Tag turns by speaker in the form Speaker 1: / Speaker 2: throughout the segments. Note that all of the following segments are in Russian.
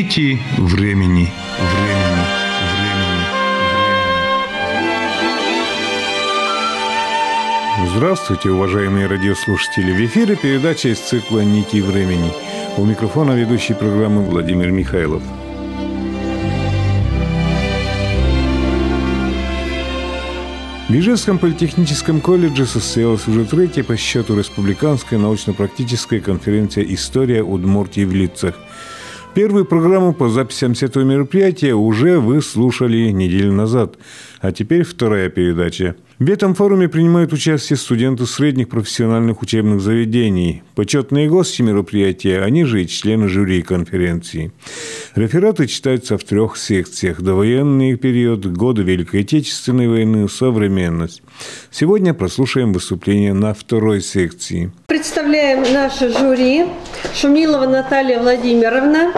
Speaker 1: Нити времени. Здравствуйте, уважаемые радиослушатели! В эфире передача из цикла «Нити времени». У микрофона ведущий программы Владимир Михайлов. В Ижевском политехническом колледже состоялась уже третья по счету республиканская научно-практическая конференция «История Удмуртии в лицах». Первую программу по записям с этого мероприятия уже вы слушали неделю назад, а теперь вторая передача. В этом форуме принимают участие студенты средних профессиональных учебных заведений. Почетные гости мероприятия, они же и члены жюри конференции. Рефераты читаются в 3 секциях: довоенный период, годы Великой Отечественной войны, современность. Сегодня прослушаем выступление на 2 секции.
Speaker 2: Представляем наше жюри: Шумилова Наталья Владимировна,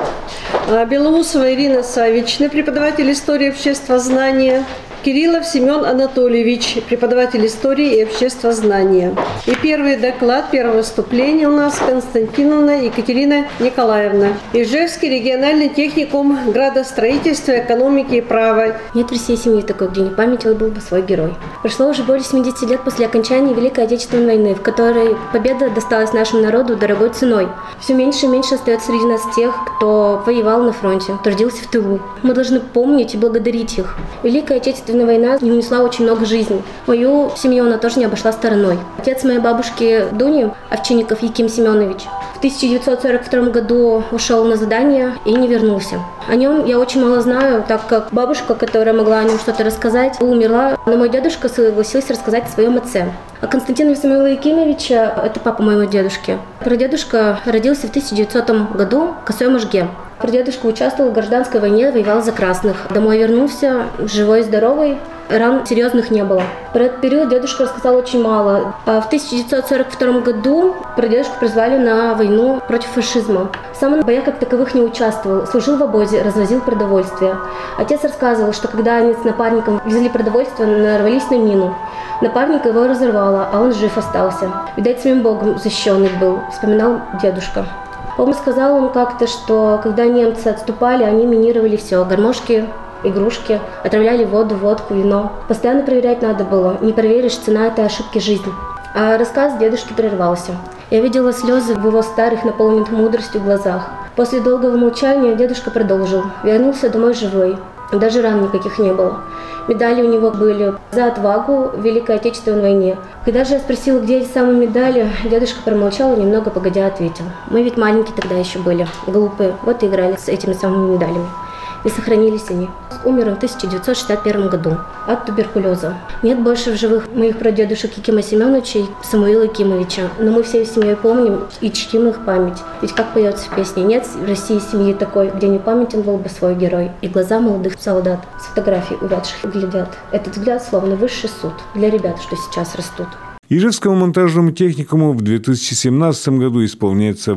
Speaker 2: Белоусова Ирина Савична, преподаватель истории и обществознания, Кириллов Семен Анатольевич, преподаватель истории и обществознания. И первый доклад, первое выступление у нас Константиновна Екатерина Николаевна. Ижевский региональный техникум градостроительства, экономики и права.
Speaker 3: Нет в России семьи такой, где не памятен был бы свой герой. Прошло уже более 70 лет после окончания Великой Отечественной войны, в которой победа досталась нашему народу дорогой ценой. Все меньше и меньше остается среди нас тех, кто воевал на фронте, трудился в тылу. Мы должны помнить и благодарить их. Великая Отечественная война не унесла очень много жизней. Мою семью она тоже не обошла стороной. Отец моей бабушки Дуни, Овчинников Яким Семенович, в 1942 году ушел на задание и не вернулся. О нем я очень мало знаю, так как бабушка, которая могла о нем что-то рассказать, умерла, но мой дедушка согласился рассказать о своем отце. А Константина Самуила Якимовича, это папа моего дедушки. Прадедушка родился в 1900 году в Косой Можге. Прадедушка участвовал в гражданской войне, воевал за красных. Домой вернулся, живой и здоровый. Ран серьезных не было. Про этот период дедушка рассказал очень мало. В 1942 году прадедушку призвали на войну против фашизма. Сам он в боях как таковых не участвовал, служил в обозе, развозил продовольствие. Отец рассказывал, что когда они с напарником везли продовольствие, нарвались на мину. Напарник его разорвало, а он жив остался. Видать, своим Богом защищенный был, вспоминал дедушка. Он сказал им как-то, что когда немцы отступали, они минировали все: гармошки, игрушки, отравляли воду, водку, вино. Постоянно проверять надо было. Не проверишь, цена этой ошибки — жизнь. А рассказ дедушки прервался. Я видела слезы в его старых, наполненных мудростью глазах. После долгого молчания дедушка продолжил. Вернулся домой живой. Даже ран никаких не было. Медали у него были за отвагу в Великой Отечественной войне. Когда же я спросила, где эти самые медали, дедушка промолчал и немного погодя ответил: мы ведь маленькие тогда еще были, глупые, вот и играли с этими самыми медалями. И сохранились они. Умер он в 1961 году от туберкулеза. Нет больше в живых моих прадедушек Якима Семеновича и Самуила Якимовича, но мы всей семьей помним и чтим их память. Ведь как поется в песне: нет в России семьи такой, где не памятен был бы свой герой. И глаза молодых солдат с фотографий увядших глядят. Этот взгляд словно высший суд для ребят, что сейчас растут.
Speaker 1: Ижевскому монтажному техникуму в 2017 году исполняется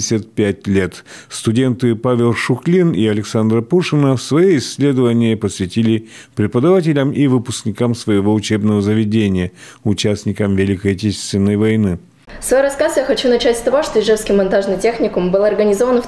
Speaker 1: 85 лет. Студенты Павел Шухлин и Александра Пушина свои исследования посвятили преподавателям и выпускникам своего учебного заведения, участникам Великой Отечественной войны.
Speaker 4: Свой рассказ я хочу начать с того, что Ижевский монтажный техникум был организован в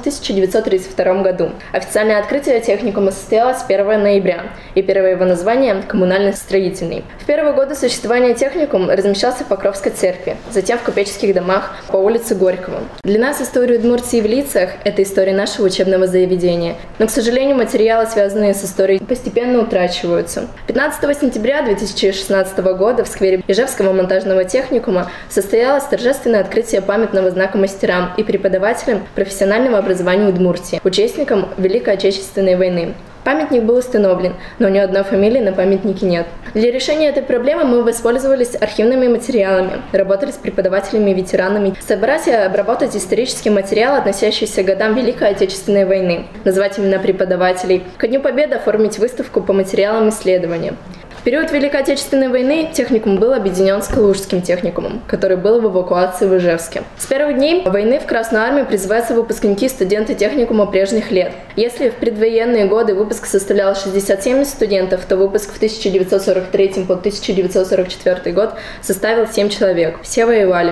Speaker 4: 1932 году. Официальное открытие техникума состоялось 1 ноября, и первое его название – коммунально-строительный. В первые годы существования техникум размещался в Покровской церкви, затем в купеческих домах по улице Горького. Для нас история Удмуртии в лицах – это история нашего учебного заведения. Но, к сожалению, материалы, связанные с историей, постепенно утрачиваются. 15 сентября 2016 года в сквере Ижевского монтажного техникума состоялось торжественное открытие памятного знака мастерам и преподавателям профессионального образования Удмуртии, участникам Великой Отечественной войны. Памятник был установлен, но ни одной фамилии на памятнике нет. Для решения этой проблемы мы воспользовались архивными материалами, работали с преподавателями-ветеранами, собрать и обработать исторический материал, относящийся к годам Великой Отечественной войны, назвать имена преподавателей, ко Дню Победы оформить выставку по материалам исследования. В период Великой Отечественной войны техникум был объединен с Калужским техникумом, который был в эвакуации в Ижевске. С первых дней войны в Красную армию призываются выпускники и студенты техникума прежних лет. Если в предвоенные годы выпуск составлял 60-70 студентов, то выпуск в 1943 по 1944 год составил 7 человек. Все воевали.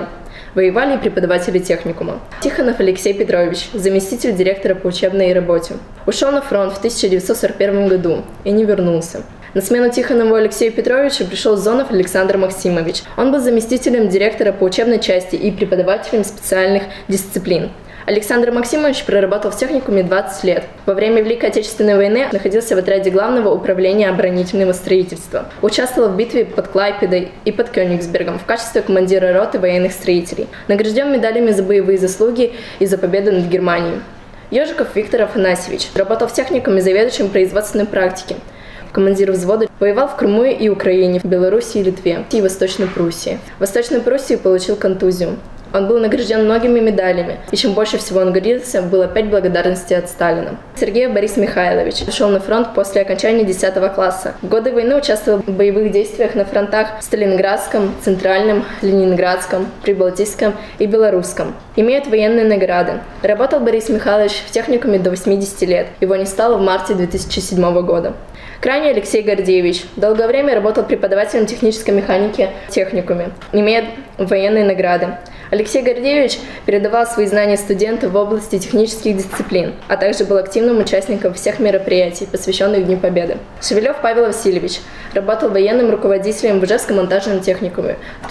Speaker 4: Воевали и преподаватели техникума. Тихонов Алексей Петрович, заместитель директора по учебной работе. Ушел на фронт в 1941 году и не вернулся. На смену Тихонову Алексею Петровичу пришел Зонов Александр Максимович. Он был заместителем директора по учебной части и преподавателем специальных дисциплин. Александр Максимович проработал в техникуме 20 лет. Во время Великой Отечественной войны находился в отряде Главного управления оборонительного строительства. Участвовал в битве под Клайпедой и под Кёнигсбергом в качестве командира роты военных строителей. Награжден медалями за боевые заслуги и за победу над Германией. Ежиков Виктор Афанасьевич работал в техникуме заведующим производственной практики. Командир взвода, воевал в Крыму и Украине, в Беларуси и Литве и Восточной Пруссии. В Восточной Пруссии получил контузию. Он был награжден многими медалями, и чем больше всего он гордился, было 5 благодарностей от Сталина. Сергеев Борис Михайлович ушел на фронт после окончания 10 класса. В годы войны участвовал в боевых действиях на фронтах в Сталинградском, Центральном, Ленинградском, Прибалтийском и Белорусском. Имеет военные награды. Работал Борис Михайлович в техникуме до 80 лет. Его не стало в марте 2007 года. Крайний Алексей Гордеевич. Долгое время работал преподавателем технической механики в техникуме. Имеет военные награды. Алексей Гордеевич передавал свои знания студентам в области технических дисциплин, а также был активным участником всех мероприятий, посвященных Дню Победы. Шевелев Павел Васильевич работал военным руководителем в Ижевском монтажном техникуме. В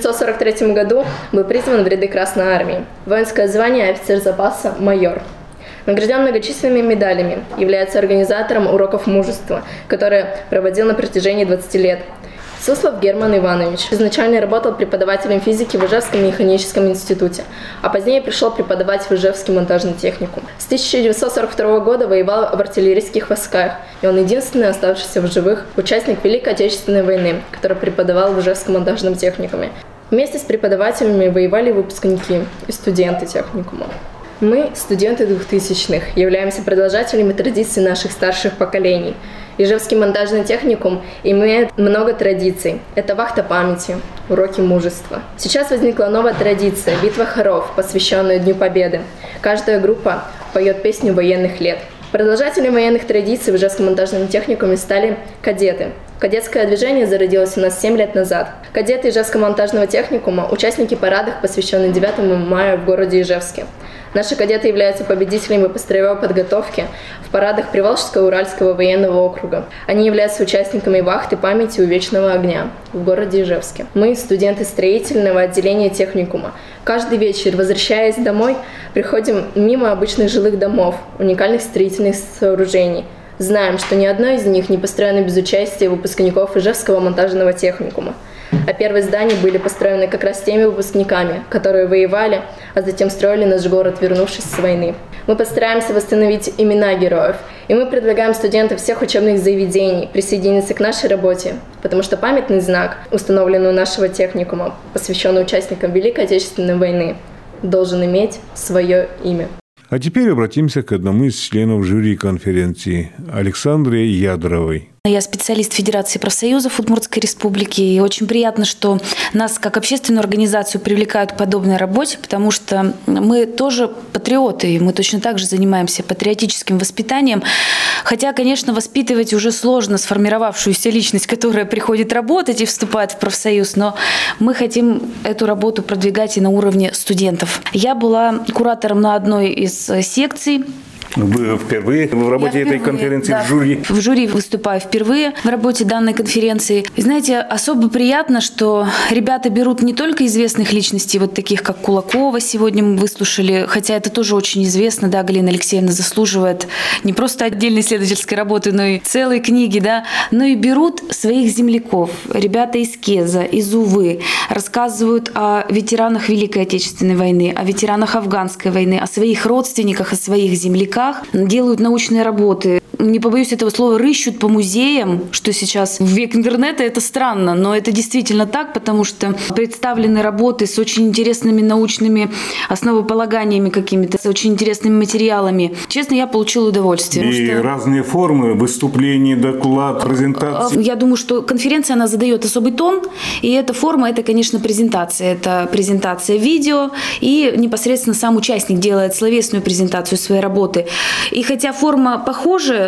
Speaker 4: 1943 году был призван в ряды Красной Армии. Воинское звание офицер запаса майор. Награжден многочисленными медалями, является организатором уроков мужества, которые проводил на протяжении 20 лет. Суслов Герман Иванович изначально работал преподавателем физики в Ижевском механическом институте, а позднее пришел преподавать в Ижевский монтажный техникум. С 1942 года воевал в артиллерийских войсках, и он единственный оставшийся в живых участник Великой Отечественной войны, который преподавал в Ижевском монтажном техникуме. Вместе с преподавателями воевали выпускники и студенты техникума. Мы, студенты 2000-х, являемся продолжателями традиций наших старших поколений. Ижевский монтажный техникум имеет много традиций. Это вахта памяти, уроки мужества. Сейчас возникла новая традиция – битва хоров, посвященная Дню Победы. Каждая группа поет песню военных лет. Продолжателями военных традиций в Ижевском монтажном техникуме стали кадеты. Кадетское движение зародилось у нас 7 лет назад. Кадеты Ижевского монтажного техникума – участники парадов, посвященных 9 мая в городе Ижевске. Наши кадеты являются победителями по строевой подготовке в парадах Приволжского Уральского военного округа. Они являются участниками вахты памяти у Вечного огня в городе Ижевске. Мы, студенты строительного отделения техникума, каждый вечер, возвращаясь домой, приходим мимо обычных жилых домов, уникальных строительных сооружений. Знаем, что ни одно из них не построено без участия выпускников Ижевского монтажного техникума. А первые здания были построены как раз теми выпускниками, которые воевали, а затем строили наш город, вернувшись с войны. Мы постараемся восстановить имена героев, и мы предлагаем студентам всех учебных заведений присоединиться к нашей работе, потому что памятный знак, установленный у нашего техникума, посвященный участникам Великой Отечественной войны, должен иметь свое имя.
Speaker 1: А теперь обратимся к одному из членов жюри конференции – Александре Ядровой.
Speaker 5: Я специалист Федерации профсоюзов Удмуртской республики, и очень приятно, что нас как общественную организацию привлекают к подобной работе, потому что мы тоже патриоты, и мы точно так же занимаемся патриотическим воспитанием. Хотя, конечно, воспитывать уже сложно сформировавшуюся личность, которая приходит работать и вступает в профсоюз, но мы хотим эту работу продвигать и на уровне студентов. Я была куратором на одной из секций.
Speaker 1: Вы впервые в работе этой конференции, да, в жюри?
Speaker 5: В жюри выступаю впервые в работе данной конференции. И знаете, особо приятно, что ребята берут не только известных личностей, вот таких как Кулакова сегодня мы выслушали, хотя это тоже очень известно, да, Галина Алексеевна заслуживает не просто отдельной исследовательской работы, но и целой книги, да, но и берут своих земляков, ребята из Кеза, из Увы, рассказывают о ветеранах Великой Отечественной войны, о ветеранах Афганской войны, о своих родственниках, о своих земляках, делают научные работы. Не побоюсь этого слова, рыщут по музеям, что сейчас в век интернета это странно, но это действительно так, потому что представлены работы с очень интересными научными основополаганиями какими-то, с очень интересными материалами. Честно, я получила удовольствие.
Speaker 1: И разные формы выступлений, доклад, презентации.
Speaker 5: Я думаю, что конференция, она задает особый тон, и эта форма, это, конечно, презентация. Это презентация видео, и непосредственно сам участник делает словесную презентацию своей работы. И хотя форма похожа,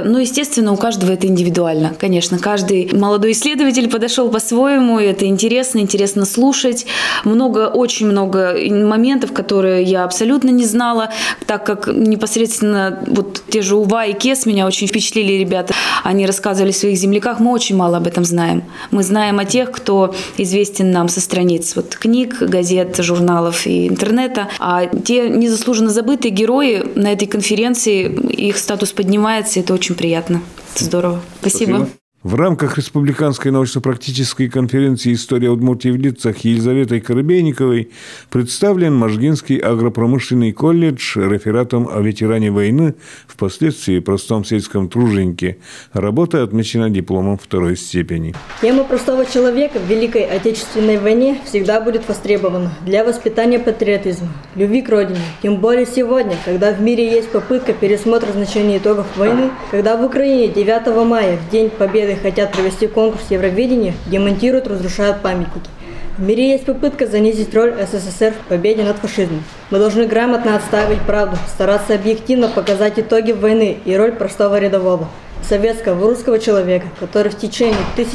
Speaker 5: Но, естественно, у каждого это индивидуально. Конечно, каждый молодой исследователь подошел по-своему, и это интересно слушать. Очень много моментов, которые я абсолютно не знала, так как непосредственно вот те же Ува и Кес меня очень впечатлили ребята. Они рассказывали о своих земляках, мы очень мало об этом знаем. Мы знаем о тех, кто известен нам со страниц книг, газет, журналов и интернета. А те незаслуженно забытые герои на этой конференции, их статус поднимается, и это очень приятно. Это здорово. Спасибо.
Speaker 1: В рамках Республиканской научно-практической конференции «История Удмуртии в лицах» Елизаветой Коробейниковой представлен Можгинский агропромышленный колледж рефератом о ветеране войны, впоследствии простом сельском труженике. Работа отмечена дипломом второй степени.
Speaker 6: Тема простого человека в Великой Отечественной войне всегда будет востребована для воспитания патриотизма, любви к родине. Тем более сегодня, когда в мире есть попытка пересмотра значения итогов войны, когда в Украине 9 мая, в День Победы, хотят провести конкурс Евровидения, демонтируют, разрушают памятники. В мире есть попытка занизить роль СССР в победе над фашизмом. Мы должны грамотно отстаивать правду, стараться объективно показать итоги войны и роль простого рядового, советского русского человека, который в течение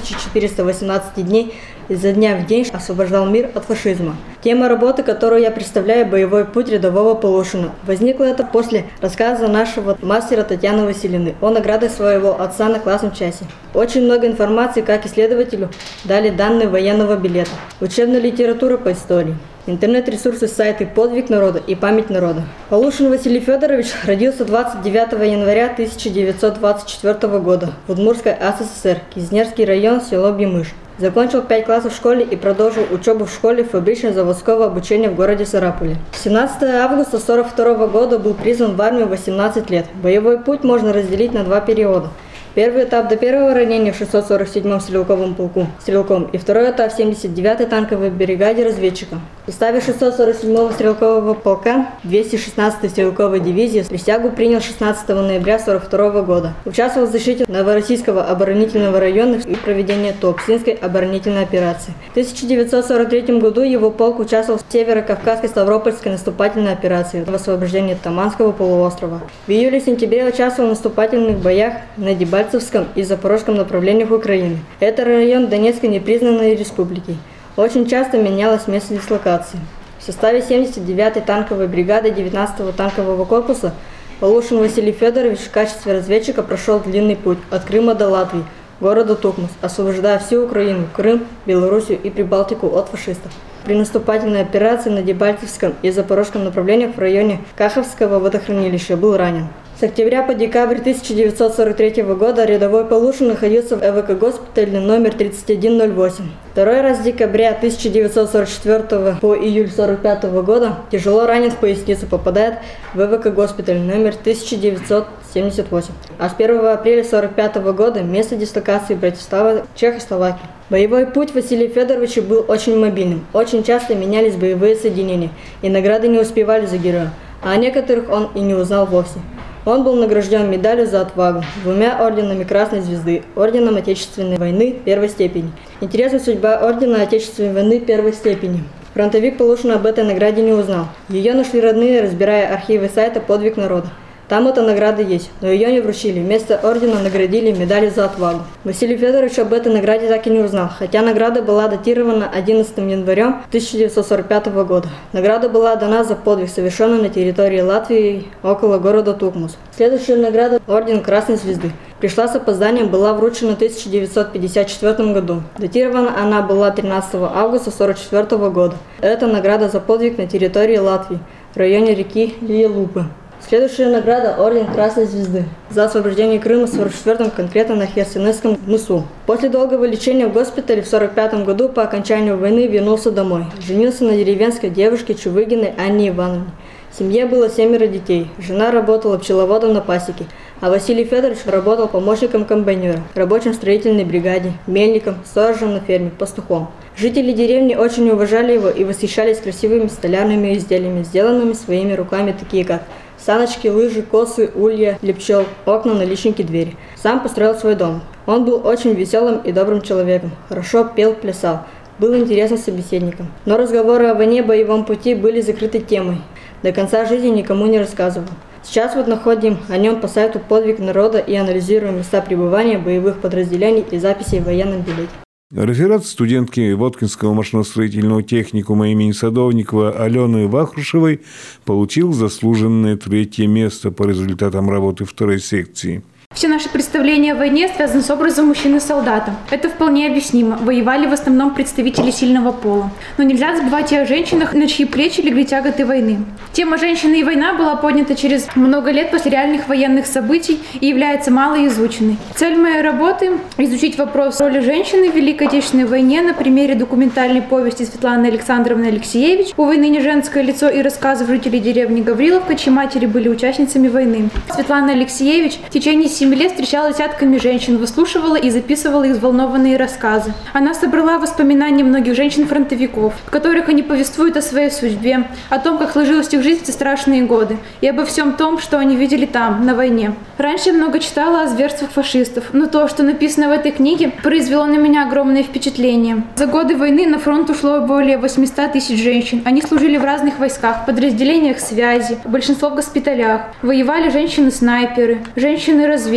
Speaker 6: 1418 дней изо дня в день освобождал мир от фашизма. Тема работы, которую я представляю, «Боевой путь рядового Полушина». Возникло это после рассказа нашего мастера Татьяны Васильевны о наградах своего отца на классном часе. Очень много информации, как исследователю, дали данные военного билета, учебная литература по истории, интернет-ресурсы, сайты «Подвиг народа» и «Память народа». Полушин Василий Федорович родился 29 января 1924 года в Удмуртской АССР, Кизнерский район, село Бимыш. Закончил 5 классов в школе и продолжил учебу в школе фабрично-заводского обучения в городе Сарапуле. 17 августа 1942 года был призван в армию 18 лет. Боевой путь можно разделить на 2 периода. Первый этап до первого ранения в 647-м стрелковом полку стрелком и второй этап в 79-й танковой бригаде разведчиком. В составе 647-го стрелкового полка 216-й стрелковой дивизии присягу принял 16 ноября 1942 года. Участвовал в защите Новороссийского оборонительного района и проведении Туапсинской оборонительной операции. В 1943 году его полк участвовал в Северо-Кавказской Ставропольской наступательной операции в освобождении Таманского полуострова. В июле-сентябре участвовал в наступательных боях на Дебальцевском и Запорожском направлениях Украины. Это район Донецкой непризнанной республики. Очень часто менялось место дислокации. В составе 79-й танковой бригады 19-го танкового корпуса Полушин Василий Федорович в качестве разведчика прошел длинный путь от Крыма до Латвии, города Тукмас, освобождая всю Украину, Крым, Белоруссию и Прибалтику от фашистов. При наступательной операции на Дебальцевском и Запорожском направлениях в районе Каховского водохранилища был ранен. С октября по декабрь 1943 года рядовой Полушин находился в ЭВК-госпитале номер 3108. Второй раз с декабря 1944 по июль 1945 года тяжело ранен в поясницу, попадает в ЭВК-госпиталь номер 1978. А с 1 апреля 1945 года место дислокации Братислава, Чехословакия. Боевой путь Василия Федоровича был очень мобильным. Очень часто менялись боевые соединения, и награды не успевали за героя, а о некоторых он и не узнал вовсе. Он был награжден медалью за отвагу, 2 орденами Красной Звезды, орденом Отечественной войны первой степени. Интересна судьба ордена Отечественной войны первой степени. Фронтовик Полушин об этой награде не узнал. Ее нашли родные, разбирая архивы сайта «Подвиг народа». Там эта награда есть, но ее не вручили. Вместо ордена наградили медалью за отвагу. Василий Федорович об этой награде так и не узнал, хотя награда была датирована 11 января 1945 года. Награда была дана за подвиг, совершенный на территории Латвии около города Тукмус. Следующая награда – орден Красной Звезды. Пришла с опозданием, была вручена в 1954 году. Датирована она была 13 августа 1944 года. Это награда за подвиг на территории Латвии, в районе реки Лиелупы. Следующая награда – орден Красной Звезды за освобождение Крыма в 1944-м, конкретно на Херсонесском мысу. После долгого лечения в госпитале в 1945 году по окончанию войны вернулся домой. Женился на деревенской девушке Чувыгиной Анне Ивановне. В семье было 7 детей. Жена работала пчеловодом на пасеке, а Василий Федорович работал помощником комбайнера, рабочим в строительной бригаде, мельником, сторожем на ферме, пастухом. Жители деревни очень уважали его и восхищались красивыми столярными изделиями, сделанными своими руками, такие как саночки, лыжи, косы, улья для пчел, окна, наличники, двери. Сам построил свой дом. Он был очень веселым и добрым человеком, хорошо пел, плясал, был интересным собеседником. Но разговоры о войне, боевом пути были закрытой темой. До конца жизни никому не рассказывал. Сейчас вот находим о нем по сайту «Подвиг народа» и анализируем места пребывания боевых подразделений и записей в военном билете.
Speaker 1: Реферат студентки Воткинского машиностроительного техникума имени Садовникова Алены Вахрушевой получил заслуженное 3-е место по результатам работы 2-й секции.
Speaker 7: Все наши представления о войне связаны с образом мужчины-солдата. Это вполне объяснимо. Воевали в основном представители сильного пола. Но нельзя забывать и о женщинах, на чьи плечи легли тяготы войны. Тема «Женщины и война» была поднята через много лет после реальных военных событий и является малоизученной. Цель моей работы – изучить вопрос роли женщины в Великой Отечественной войне на примере документальной повести Светланы Александровны Алексеевич «Увы, ныне женское лицо» и рассказов жителей деревни Гавриловка, чьи матери были участницами войны. Светлана Алексеевич в течение 7 лет встречала десятками женщин, выслушивала и записывала их взволнованные рассказы. Она собрала воспоминания многих женщин-фронтовиков, в которых они повествуют о своей судьбе, о том, как сложилась их жизнь в те страшные годы, и обо всем том, что они видели там, на войне. Раньше я много читала о зверствах фашистов, но то, что написано в этой книге, произвело на меня огромное впечатление. За годы войны на фронт ушло более 800 тысяч женщин. Они служили в разных войсках, подразделениях связи, большинство в госпиталях. Воевали женщины-снайперы, женщины-разведчицы,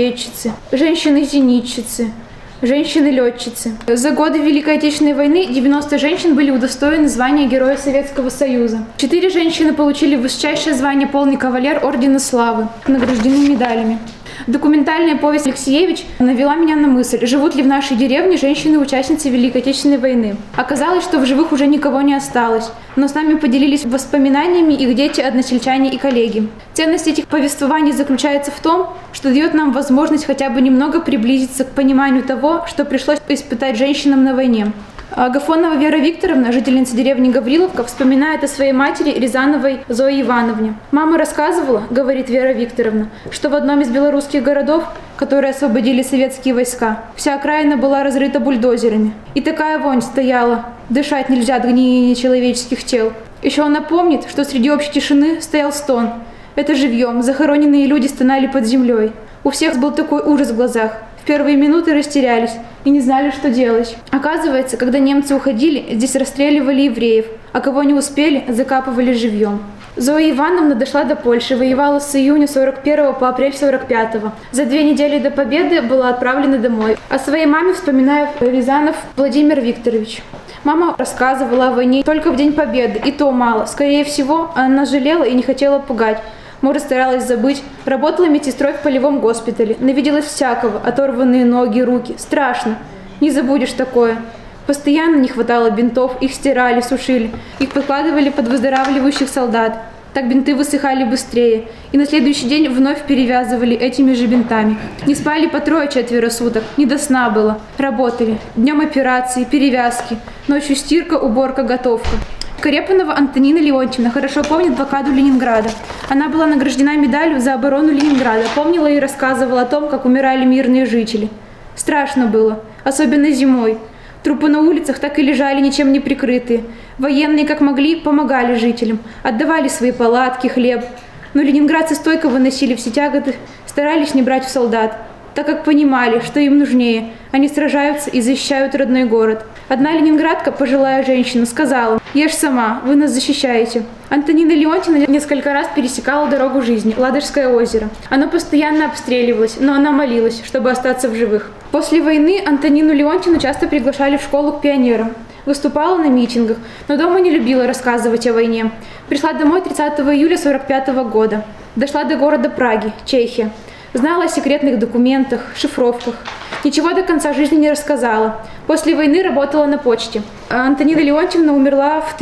Speaker 7: женщины-зенитчицы, женщины-летчицы. За годы Великой Отечественной войны 90 женщин были удостоены звания Героя Советского Союза. 4 женщины получили высочайшее звание полный кавалер Ордена Славы, награждены медалями. Документальная повесть Алексеевич навела меня на мысль, живут ли в нашей деревне женщины-участницы Великой Отечественной войны. Оказалось, что в живых уже никого не осталось, но с нами поделились воспоминаниями их дети, односельчане и коллеги. Ценность этих повествований заключается в том, что дает нам возможность хотя бы немного приблизиться к пониманию того, что пришлось испытать женщинам на войне. Агафонова Вера Викторовна, жительница деревни Гавриловка, вспоминает о своей матери Рязановой Зое Ивановне. «Мама рассказывала, — говорит Вера Викторовна, — что в одном из белорусских городов, которые освободили советские войска, вся окраина была разрыта бульдозерами. И такая вонь стояла, дышать нельзя от гниения человеческих тел. Еще она помнит, что среди общей тишины стоял стон. Это живьем, захороненные люди стонали под землей. У всех был такой ужас в глазах. В первые минуты растерялись и не знали, что делать. Оказывается, когда немцы уходили, здесь расстреливали евреев, а кого не успели, закапывали живьем». Зоя Ивановна дошла до Польши, воевала с июня 41 по апрель 45. За 2 недели до победы была отправлена домой. О своей маме вспоминает Рязанов Владимир Викторович. «Мама рассказывала о войне только в День Победы, и то мало. Скорее всего, она жалела и не хотела пугать. Может, старалась забыть. Работала медсестрой в полевом госпитале. Навиделась всякого. Оторванные ноги, руки. Страшно. Не забудешь такое. Постоянно не хватало бинтов. Их стирали, сушили. Их подкладывали под выздоравливающих солдат. Так бинты высыхали быстрее. И на следующий день вновь перевязывали этими же бинтами. Не спали по 3-4 суток. Не до сна было. Работали. Днем операции, перевязки. Ночью стирка, уборка, готовка». Карепанова Антонина Леонтьевна хорошо помнит блокаду Ленинграда. Она была награждена медалью за оборону Ленинграда, помнила и рассказывала о том, как умирали мирные жители. Страшно было, особенно зимой. Трупы на улицах так и лежали, ничем не прикрытые. Военные, как могли, помогали жителям, отдавали свои палатки, хлеб. Но ленинградцы стойко выносили все тяготы, старались не брать в солдат, так как понимали, что им нужнее. Они сражаются и защищают родной город. Одна ленинградка, пожилая женщина, сказала: «Ешь сама, вы нас защищаете». Антонина Леонтьевна несколько раз пересекала дорогу жизни, Ладожское озеро. Оно постоянно обстреливалось, но она молилась, чтобы остаться в живых. После войны Антонину Леонтьевну часто приглашали в школу к пионерам. Выступала на митингах, но дома не любила рассказывать о войне. Пришла домой 30 июля 1945 года. Дошла до города Праги, Чехия. Знала о секретных документах, шифровках. Ничего до конца жизни не рассказала. После войны работала на почте. Антонина Леонтьевна умерла в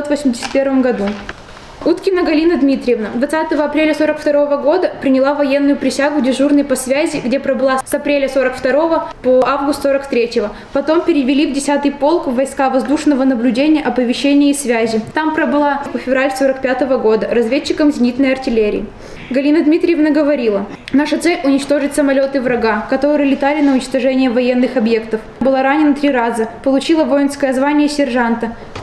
Speaker 7: 1981 году. Уткина Галина Дмитриевна 20 апреля 1942 года приняла военную присягу дежурной по связи, где пробыла с апреля 1942 по август 1943. Потом перевели в 10-й полк в войска воздушного наблюдения, оповещения и связи. Там пробыла по февраль 1945 года разведчиком зенитной артиллерии. Галина Дмитриевна говорила: «Наша цель – уничтожить самолеты врага, которые летали на уничтожение военных объектов. Была ранена 3 раза, получила воинское звание сержанта.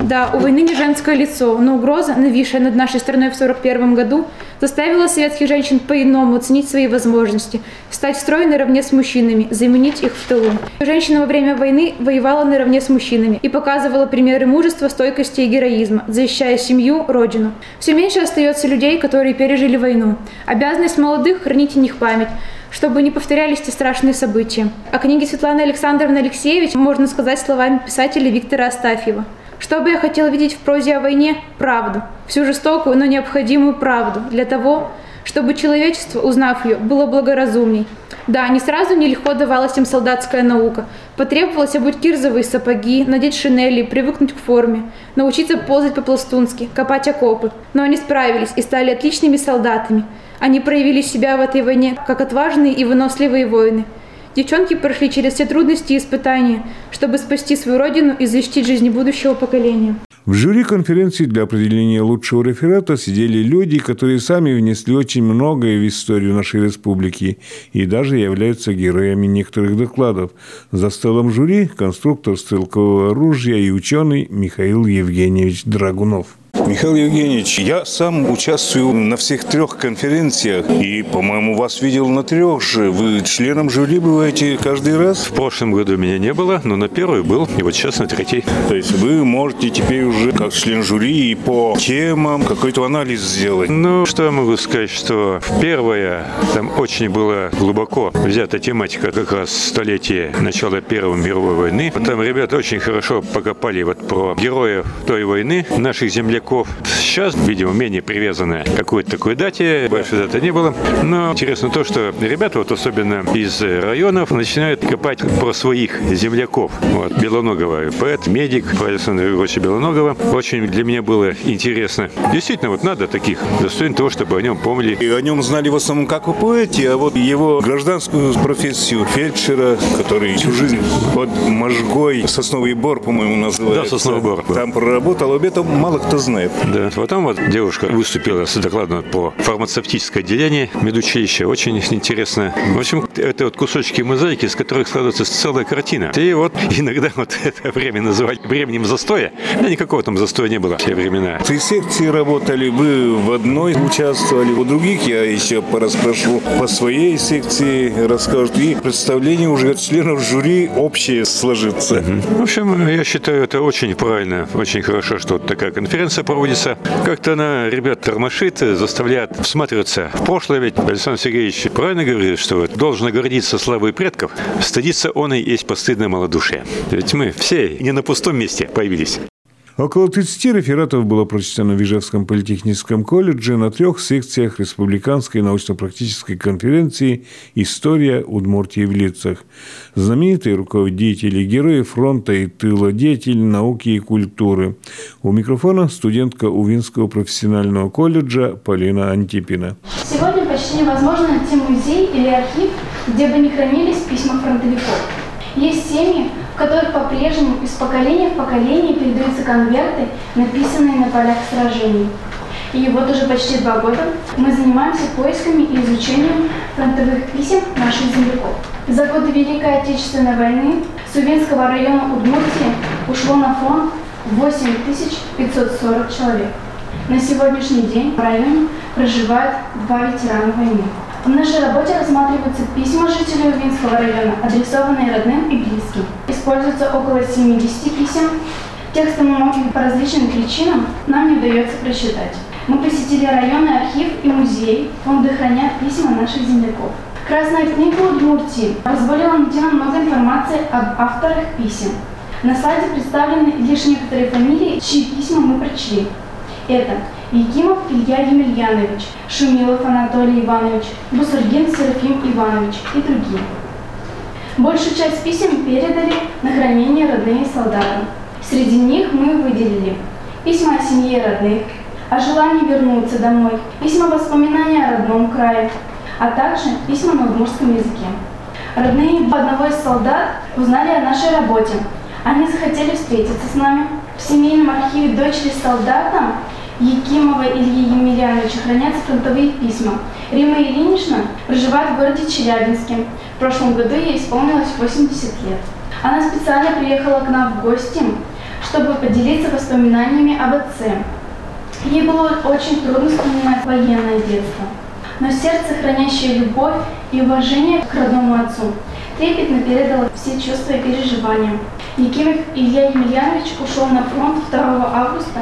Speaker 7: Да, у войны не женское лицо, но угроза, нависшая над нашей страной в 1941 году, заставила советских женщин по-иному оценить свои возможности, стать в строй наравне с мужчинами, заменить их в тылу. Женщина во время войны воевала наравне с мужчинами и показывала примеры мужества, стойкости и героизма, защищая семью, родину. Все меньше остается людей, которые пережили войну. Обязанность молодых – хранить о них память, чтобы не повторялись те страшные события. О книге Светланы Александровны Алексеевич можно сказать словами писателя Виктора Астафьева. Что бы я хотела видеть в прозе о войне? Правду. Всю жестокую, но необходимую правду. Для того, чтобы человечество, узнав ее, было благоразумней. Да, не сразу нелегко давалась им солдатская наука. Потребовалось обуть кирзовые сапоги, надеть шинели, привыкнуть к форме, научиться ползать по-пластунски, копать окопы. Но они справились и стали отличными солдатами. Они проявили себя в этой войне как отважные и выносливые воины. Девчонки прошли через все трудности и испытания, чтобы спасти свою родину и защитить жизни будущего поколения.
Speaker 1: В жюри конференции для определения лучшего реферата сидели люди, которые сами внесли очень многое в историю нашей республики и даже являются героями некоторых докладов. За столом жюри конструктор стрелкового оружия и ученый Михаил Евгеньевич Драгунов.
Speaker 8: Михаил Евгеньевич, я сам участвую на всех 3 конференциях и, по-моему, вас видел на 3 же. Вы членом жюри бываете каждый раз?
Speaker 9: В прошлом году меня не было, но на 1 был, и вот сейчас на 3.
Speaker 8: То есть вы можете теперь уже, как член жюри, и по темам какой-то анализ сделать?
Speaker 9: Ну, что я могу сказать, что в 1 там очень была глубоко взята тематика как раз столетия начала Первой мировой войны. Там ребята очень хорошо покопали вот про героев той войны, наших земляков. Сейчас, видимо, менее привязаны к какой-то такой дате, больше даты не было. Но интересно то, что ребята, вот особенно из районов, начинают копать про своих земляков. Вот, Белоногова, поэт, медик, Александра Григорьевича Белоногова. Очень для меня было интересно. Действительно, вот надо таких, достоин того, чтобы о нем помнили.
Speaker 8: И о нем знали в основном как о поэте, а вот его гражданскую профессию фельдшера, который всю жизнь под Можгой, Сосновый Бор, по-моему, называется.
Speaker 9: Да, Сосновый Бор.
Speaker 8: Там проработал, об этом мало кто знает.
Speaker 9: Да. Потом вот девушка выступила с докладом по фармацевтическое отделение медучилища. Очень интересно. В общем, это вот кусочки мозаики, из которых складывается целая картина. И вот иногда вот это время называть временем застоя. Да никакого там застоя не было в те времена.
Speaker 8: 3 секции работали, вы в одной участвовали, у других я еще пораспрошу по своей секции расскажут. И представление уже от членов жюри общее сложится.
Speaker 9: В общем, я считаю, это очень правильно, очень хорошо, что вот такая конференция проводится. Как-то она ребят тормошит, заставляет всматриваться в прошлое. Ведь Александр Сергеевич правильно говорит, что вот должно гордиться славой предков, стыдиться он и есть постыдное малодушие. Ведь мы все не на пустом месте появились.
Speaker 1: Около 30 рефератов было прочитано в Ижевском политехническом колледже на 3 секциях Республиканской научно-практической конференции «История Удмуртии в лицах». Знаменитые руководители, герои фронта и тыла, деятели науки и культуры. У микрофона студентка Увинского профессионального колледжа Полина Антипина.
Speaker 10: Сегодня почти невозможно найти музей или архив, где бы не хранились письма фронтовиков. Есть семьи, в которых по-прежнему из поколения в поколение передаются конверты, написанные на полях сражений. И вот уже почти 2 года мы занимаемся поисками и изучением фронтовых писем наших земляков. За годы Великой Отечественной войны с Увинского района Удмуртии ушло на фронт 8540 человек. На сегодняшний день в районе проживают 2 ветерана войны. В нашей работе рассматриваются письма жителей Увинского района, адресованные родным и близким. Используется около 70 писем. Тексты многих по различным причинам нам не удается прочитать. Мы посетили районный архив и музей, фонды хранят письма наших земляков. Красная книга Удмуртии позволила найти нам много информации об авторах писем. На слайде представлены лишь некоторые фамилии, чьи письма мы прочли. Это Якимов Илья Емельянович, Шумилов Анатолий Иванович, Бусургин Серафим Иванович и другие. Большую часть писем передали на хранение родные солдатам. Среди них мы выделили письма о семье родных, о желании вернуться домой, письма воспоминания о родном крае, а также письма на удмуртском языке. Родные одного из солдат узнали о нашей работе. Они захотели встретиться с нами. В семейном архиве дочери солдата Якимова Ильи Емельяновича хранятся фронтовые письма. Рима Ильинична проживает в городе Челябинске. В прошлом году ей исполнилось 80 лет. Она специально приехала к нам в гости, чтобы поделиться воспоминаниями об отце. Ей было очень трудно вспоминать военное детство, но сердце, хранящее любовь и уважение к родному отцу, трепетно передало все чувства и переживания. Якимов Илья Емельянович ушел на фронт 2 августа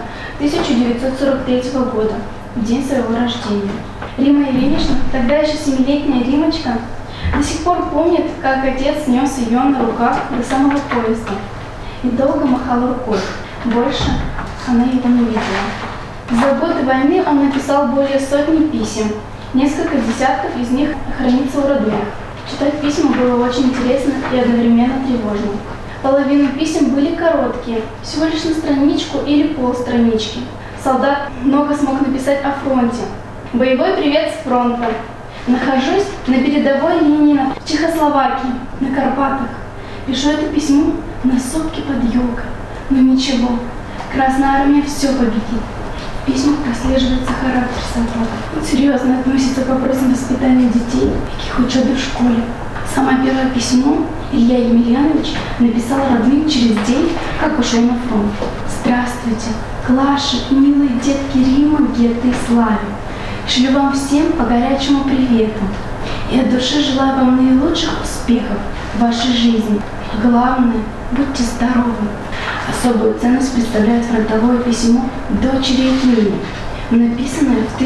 Speaker 10: 1943 года, в день своего рождения. Рима Ильинична, тогда еще 7-летняя Римочка, до сих пор помнит, как отец нес ее на руках до самого поезда и долго махал рукой. Больше она его не видела. За годы войны он написал более сотни писем. Несколько десятков из них хранится у родных. Читать письма было очень интересно и одновременно тревожно. Половина писем были короткие, всего лишь на страничку или полстранички. Солдат много смог написать о фронте. Боевой привет с фронта. Нахожусь на передовой линии в Чехословакии, на Карпатах. Пишу это письмо на сопке под елкой. Но ничего, Красная Армия все победит. В письмах прослеживается характер солдата. Он серьезно относится к вопросам воспитания детей и к их учебе в школе. Самое первое письмо Илья Емельянович написал родным через день, как ушел на фронт. «Здравствуйте, Клаша и милые детки Рима, Гетты и Славе. Шлю вам всем по горячему привету. И от души желаю вам наилучших успехов в вашей жизни. Главное, будьте здоровы». Особую ценность представляет фронтовое письмо дочери Екатерины, написанное в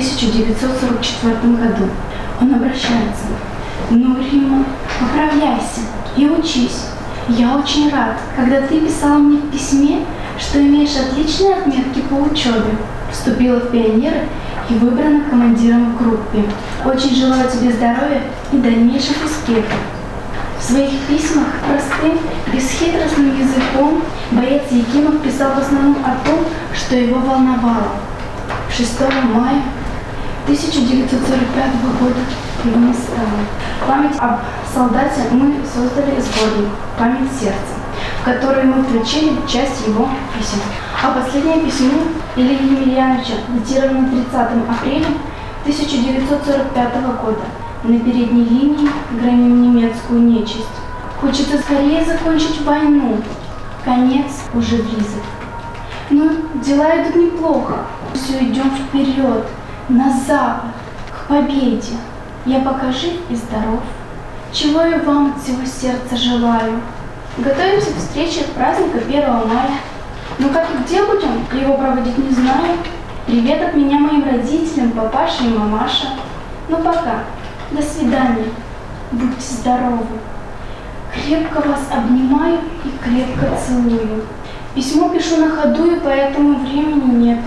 Speaker 10: 1944 году. Он обращается: «Ну, Рима, поправляйся и учись. Я очень рад, когда ты писала мне в письме, что имеешь отличные отметки по учебе, вступила в пионеры и выбрана командиром в группе. Очень желаю тебе здоровья и дальнейших успехов». В своих письмах простым, бесхитростным языком боец Якимов писал в основном о том, что его волновало. 6 мая 1945 года его не стало. Память об солдате мы создали сборник «Память сердца», в который мы включили часть его писем. А последнее письмо Ильи Емельяновича датировано 30 апреля 1945 года. На передней линии громим немецкую нечисть. Хочется скорее закончить войну. Конец уже близок. Но дела идут неплохо. Все идем вперед, на запад, к победе. Я пока жив и здоров. Чего я вам от всего сердца желаю. Готовимся к встрече праздника 1 мая. Но как и где будем его проводить, не знаю. Привет от меня моим родителям, папаше и мамаше. Ну пока. До свидания. Будьте здоровы. Крепко вас обнимаю и крепко целую. Письмо пишу на ходу, и поэтому времени нету.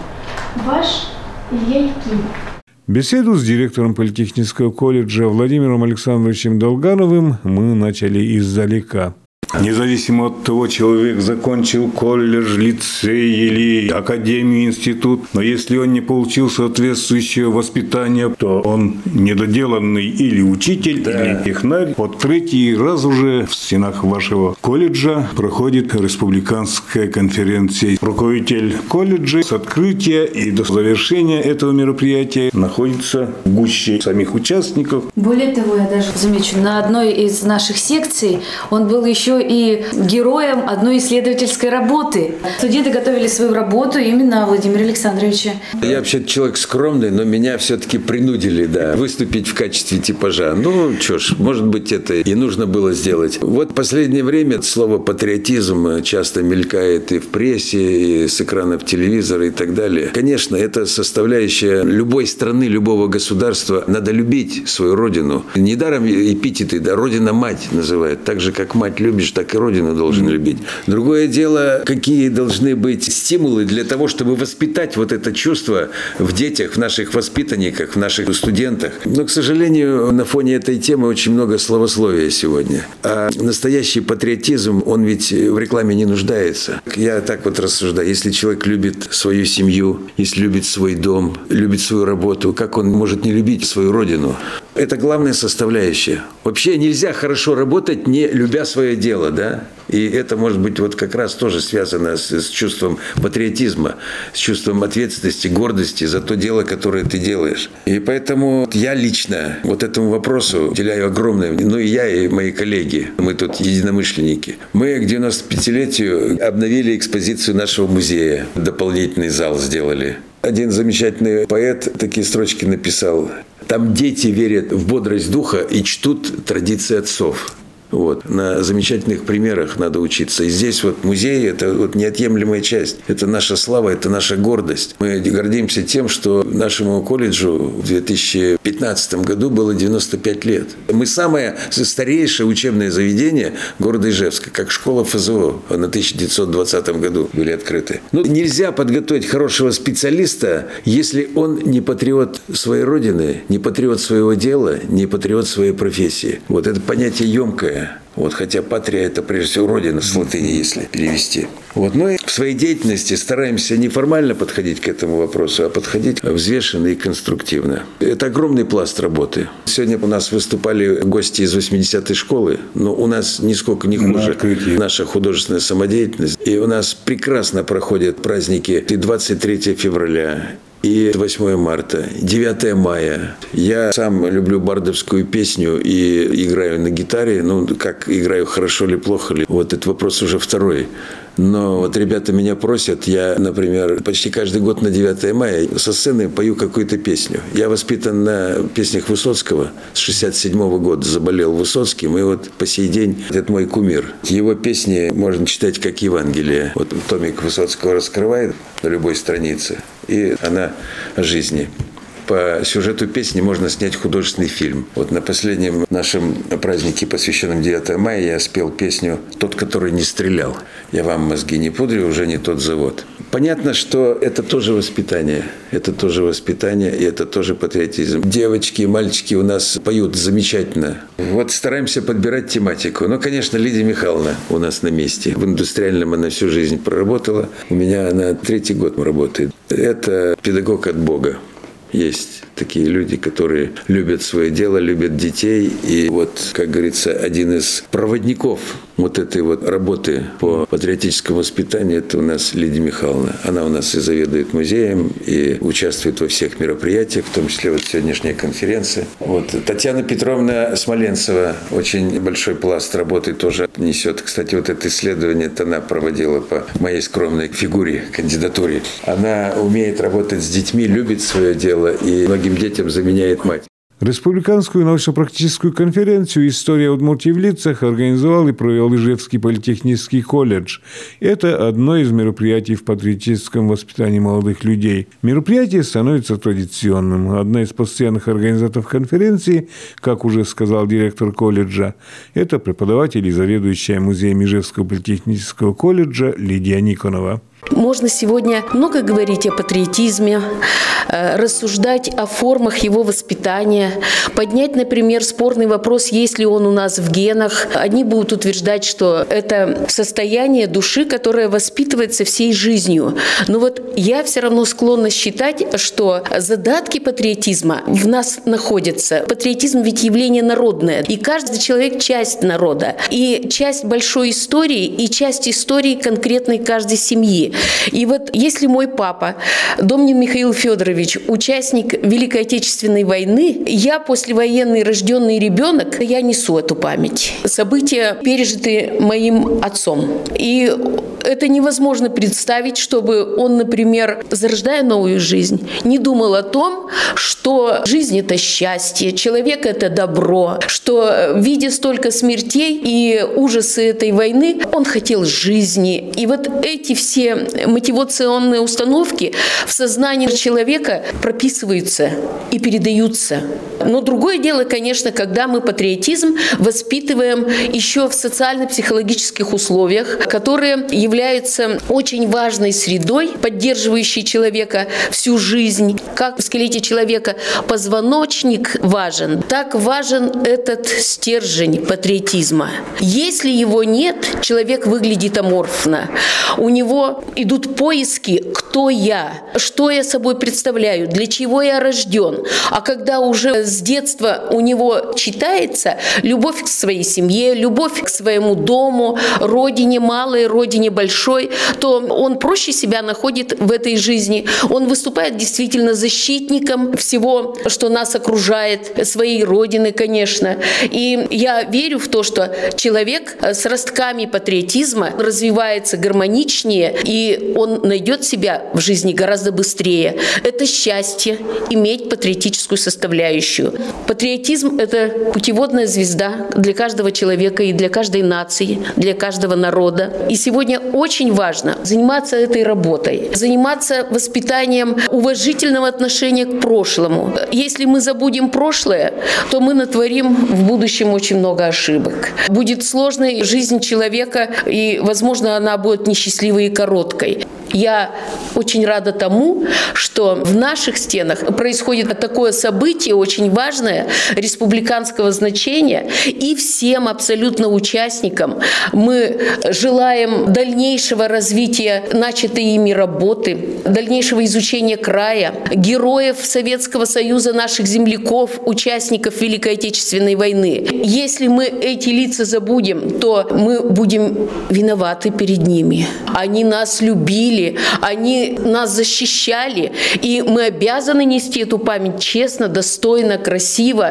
Speaker 10: Ваш Илья Якимов.
Speaker 1: Беседу с директором Политехнического колледжа Владимиром Александровичем Долгановым мы начали издалека.
Speaker 8: Независимо от того, человек закончил колледж, лицей или академию, институт, но если он не получил соответствующее воспитание, то он недоделанный или учитель, или технарь. Вот 3-й раз уже в стенах вашего колледжа проходит республиканская конференция. Руководитель колледжа с открытия и до завершения этого мероприятия находится в гуще самих участников.
Speaker 5: Более того, я даже замечу, на одной из наших секций он был еще и героем одной исследовательской работы. Студенты готовили свою работу именно о Владимире Александровиче.
Speaker 11: Я вообще человек скромный, но меня все-таки принудили, выступить в качестве типажа. Ну, что ж, может быть, это и нужно было сделать. Вот в последнее время слово «патриотизм» часто мелькает и в прессе, и с экранов телевизора и так далее. Конечно, это составляющая любой страны, любого государства. Надо любить свою родину. Недаром эпитеты, родина-мать называют. Так же, как мать любишь, так и родину должен любить. Другое дело, какие должны быть стимулы для того, чтобы воспитать вот это чувство в детях, в наших воспитанниках, в наших студентах. Но, к сожалению, на фоне этой темы очень много словословия сегодня. А настоящий патриотизм, он ведь в рекламе не нуждается. Я так вот рассуждаю. Если человек любит свою семью, если любит свой дом, любит свою работу, как он может не любить свою родину? Это главная составляющая. Вообще нельзя хорошо работать, не любя свое дело, да? И это, может быть, вот как раз тоже связано с чувством патриотизма, с чувством ответственности, гордости за то дело, которое ты делаешь. И поэтому я лично вот этому вопросу уделяю огромное внимание. Ну и я, и мои коллеги. Мы тут единомышленники. Мы к 95-летию обновили экспозицию нашего музея. Дополнительный зал сделали. Один замечательный поэт такие строчки написал. Там дети верят в бодрость духа и чтут традиции отцов. Вот. На замечательных примерах надо учиться. И здесь вот музей – это вот неотъемлемая часть. Это наша слава, это наша гордость. Мы гордимся тем, что нашему колледжу в 2015 году было 95 лет. Мы самое старейшее учебное заведение города Ижевска, как школа ФЗО. На 1920 году были открыты. Но нельзя подготовить хорошего специалиста, если он не патриот своей родины, не патриот своего дела, не патриот своей профессии. Вот это понятие емкое. Вот, хотя патрия – это прежде всего родина, с латыни, если перевести. Вот, но и в своей деятельности стараемся не формально подходить к этому вопросу, а подходить взвешенно и конструктивно. Это огромный пласт работы. Сегодня у нас выступали гости из 80-й школы, но у нас нисколько не хуже наша художественная самодеятельность. И у нас прекрасно проходят праздники и 23 февраля, и 8 марта, 9 мая. Я сам люблю бардовскую песню и играю на гитаре. Ну, как играю, хорошо ли, плохо ли, вот этот вопрос уже второй. Но вот ребята меня просят, я, например, почти каждый год на 9 мая со сцены пою какую-то песню. Я воспитан на песнях Высоцкого. С 67 года заболел Высоцким, и вот по сей день это мой кумир. Его песни можно читать как Евангелие. Вот томик Высоцкого раскрывает на любой странице, и она о жизни. По сюжету песни можно снять художественный фильм. Вот на последнем нашем празднике, посвященном 9 мая, я спел песню «Тот, который не стрелял». Я вам мозги не пудрю, уже не тот завод. Понятно, что это тоже воспитание. Это тоже воспитание, и это тоже патриотизм. Девочки и мальчики у нас поют замечательно. Вот стараемся подбирать тематику. Но, конечно, Лидия Михайловна у нас на месте. В индустриальном она всю жизнь проработала. У меня она 3-й год работает. Это педагог от Бога. Есть такие люди, которые любят свое дело, любят детей. И вот, как говорится, один из проводников вот этой вот работы по патриотическому воспитанию – это у нас Лидия Михайловна. Она у нас и заведует музеем, и участвует во всех мероприятиях, в том числе вот сегодняшняя конференция. Вот. Татьяна Петровна Смоленцева очень большой пласт работы тоже несет. Кстати, вот это исследование она проводила по моей скромной фигуре, кандидатуре. Она умеет работать с детьми, любит свое дело и многим детям заменяет мать.
Speaker 1: Республиканскую научно-практическую конференцию «История Удмуртии в лицах» организовал и провел Ижевский политехнический колледж. Это одно из мероприятий в патриотическом воспитании молодых людей. Мероприятие становится традиционным. Одна из постоянных организаторов конференции, как уже сказал директор колледжа, это преподаватель и заведующая музеем Ижевского политехнического колледжа Лидия Никонова.
Speaker 12: Можно сегодня много говорить о патриотизме, рассуждать о формах его воспитания, поднять, например, спорный вопрос, есть ли он у нас в генах. Одни будут утверждать, что это состояние души, которое воспитывается всей жизнью. Но вот я все равно склонна считать, что задатки патриотизма в нас находятся. Патриотизм ведь явление народное, и каждый человек – часть народа, и часть большой истории, и часть истории конкретной каждой семьи. И вот если мой папа, Домнин Михаил Федорович, участник Великой Отечественной войны, я послевоенный рожденный ребенок, я несу эту память. События пережиты моим отцом. И это невозможно представить, чтобы он, например, зарождая новую жизнь, не думал о том, что жизнь – это счастье, человек – это добро, что, видя столько смертей и ужасы этой войны, он хотел жизни. И вот эти все мотивационные установки в сознании человека прописываются и передаются. Но другое дело, конечно, когда мы патриотизм воспитываем еще в социально-психологических условиях, которые являются является очень важной средой, поддерживающей человека всю жизнь. Как в скелете человека позвоночник важен, так важен этот стержень патриотизма. Если его нет, человек выглядит аморфно. У него идут поиски, кто я, что я собой представляю, для чего я рожден. А когда уже с детства у него читается любовь к своей семье, любовь к своему дому, родине малой, родине большой, то он проще себя находит в этой жизни. Он выступает действительно защитником всего, что нас окружает, своей родины, конечно. И я верю в то, что человек с ростками патриотизма развивается гармоничнее, и он найдет себя в жизни гораздо быстрее. Это счастье иметь патриотическую составляющую. Патриотизм – это путеводная звезда для каждого человека и для каждой нации, для каждого народа. И сегодня очень важно заниматься этой работой, заниматься воспитанием уважительного отношения к прошлому. Если мы забудем прошлое, то мы натворим в будущем очень много ошибок. Будет сложной жизнь человека, и, возможно, она будет несчастливой и короткой. Я очень рада тому, что в наших стенах происходит такое событие очень важное, республиканского значения, и всем абсолютно участникам мы желаем дальнейшего развития начатой ими работы, дальнейшего изучения края, героев Советского Союза, наших земляков, участников Великой Отечественной войны. Если мы эти лица забудем, то мы будем виноваты перед ними. Они нас любили, они нас защищали, и мы обязаны нести эту память честно, достойно, красиво.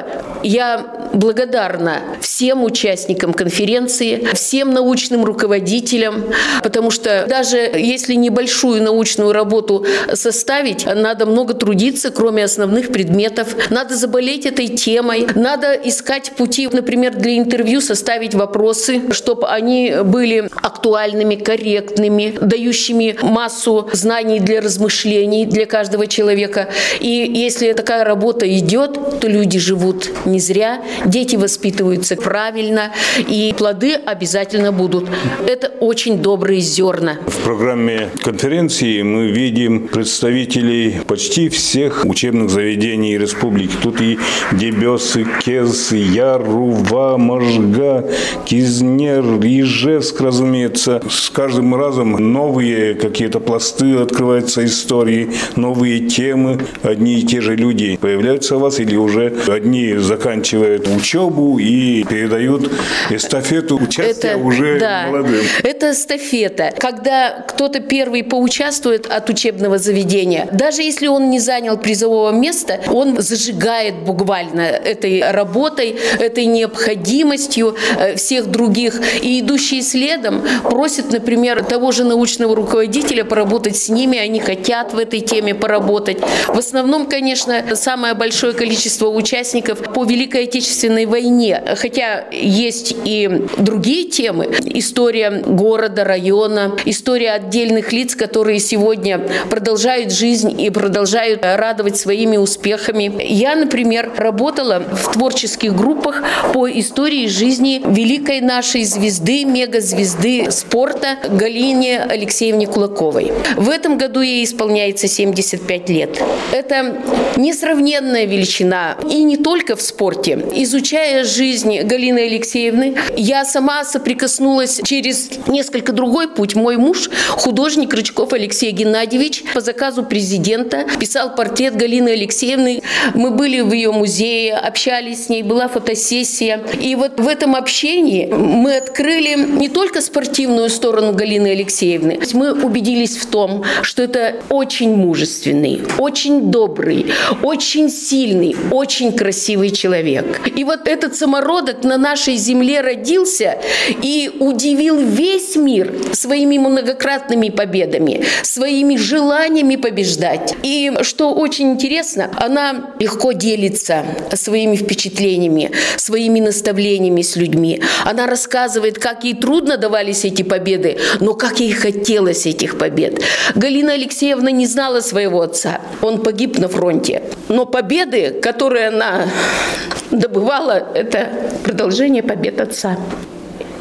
Speaker 12: Я благодарна всем участникам конференции, всем научным руководителям, потому что даже если небольшую научную работу составить, надо много трудиться, кроме основных предметов. Надо заболеть этой темой, надо искать пути, например, для интервью составить вопросы, чтобы они были актуальными, корректными, дающими массу знаний для размышлений для каждого человека. И если такая работа идет, то люди живут не зря, дети воспитываются правильно, и плоды обязательно будут. Это очень добрые зерна.
Speaker 8: В программе конференции мы видим представителей почти всех учебных заведений республики. Тут и Дебес, и Кез, и Ярува, Можга, Кизнер, Ижевск, разумеется. С каждым разом новые какие-то пласты открываются истории, новые темы. Одни и те же люди появляются у вас или уже одни заканчивают учебу и передают эстафету участия уже молодым?
Speaker 12: Это эстафета. Когда кто-то первый поучаствует от учебного заведения, даже если он не занял призового места, он зажигает буквально этой работой, этой необходимостью всех других. И идущие следом просят, например, того же научного руководителя поработать с ними, они хотят в этой теме поработать. В основном, конечно, самое большое количество участников по Великой Отечественной войне, хотя есть и другие темы. История города, района, история отдельных лиц, которые сегодня продолжают жизнь и продолжают радовать своими успехами. Я, например, работала в творческих группах по истории жизни великой нашей звезды, мегазвезды спорта Галине Алексеевне Кулаковой. В этом году ей исполняется 75 лет. Это несравненная величина, и не только в спорте. Изучая жизнь Галины Алексеевны, я сама соприкоснулась через несколько другой путь. Мой муж, художник Рычков Алексей Геннадьевич, по заказу президента писал портрет Галины Алексеевны. Мы были в ее музее, общались с ней, была фотосессия. И вот в этом общении мы открыли не только спортивную сторону Галины Алексеевны. Мы убедились в том, что это очень мужественный, очень добрый, очень сильный, очень красивый человек. И вот этот самородок на нашей земле родился и удивил весь мир своими многократными победами, своими желаниями побеждать. И что очень интересно, она легко делится своими впечатлениями, своими наставлениями с людьми. Она рассказывает, как ей трудно давались эти победы, но как ей хотелось этих побед. Галина Алексеевна не знала своего отца. Он погиб на фронте. Но победы, которые она добывала, это продолжение побед отца.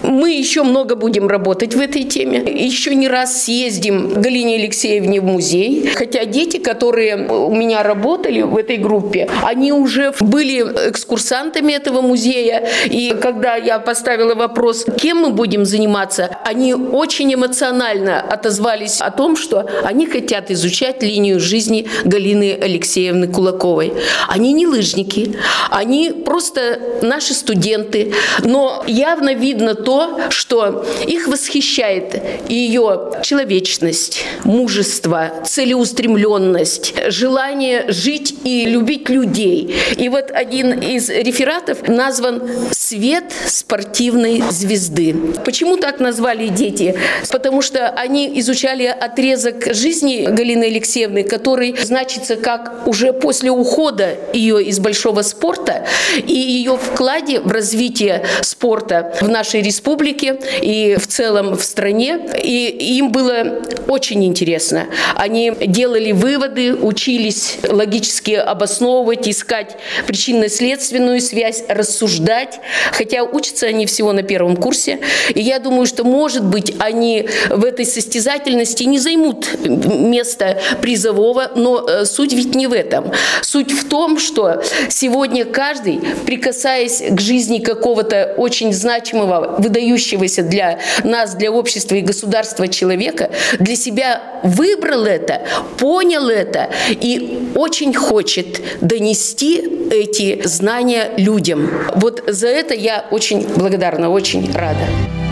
Speaker 12: Мы еще много будем работать в этой теме. Еще не раз съездим к Галине Алексеевне в музей. Хотя дети, которые у меня работали в этой группе, они уже были экскурсантами этого музея. И когда я поставила вопрос, кем мы будем заниматься, они очень эмоционально отозвались о том, что они хотят изучать линию жизни Галины Алексеевны Кулаковой. Они не лыжники, они просто наши студенты. Но явно видно то, что их восхищает ее человечность, мужество, целеустремленность, желание жить и любить людей. И вот один из рефератов назван «Свет спортивной звезды». Почему так назвали дети? Потому что они изучали отрезок жизни Галины Алексеевны, который значится как уже после ухода ее из большого спорта и ее вкладе в развитие спорта в нашей республике и в целом в стране. И им было очень интересно. Они делали выводы, учились логически обосновывать, искать причинно-следственную связь, рассуждать. Хотя учатся они всего на первом курсе. И я думаю, что, может быть, они в этой состязательности не займут место призового, но суть ведь не в этом. Суть в том, что сегодня каждый, прикасаясь к жизни какого-то очень значимого, выдающегося для нас, для общества и государства человека, для себя выбрал это, понял это и очень хочет донести эти знания людям. Вот за это я очень благодарна, очень рада.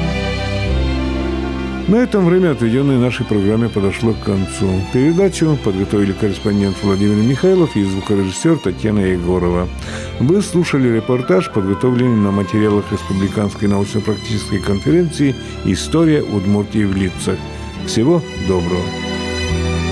Speaker 1: На этом время, отведенное нашей программе, подошло к концу. Передачу подготовили корреспондент Владимир Михайлов и звукорежиссер Татьяна Егорова. Вы слушали репортаж, подготовленный на материалах Республиканской научно-практической конференции «История Удмуртии в лицах». Всего доброго.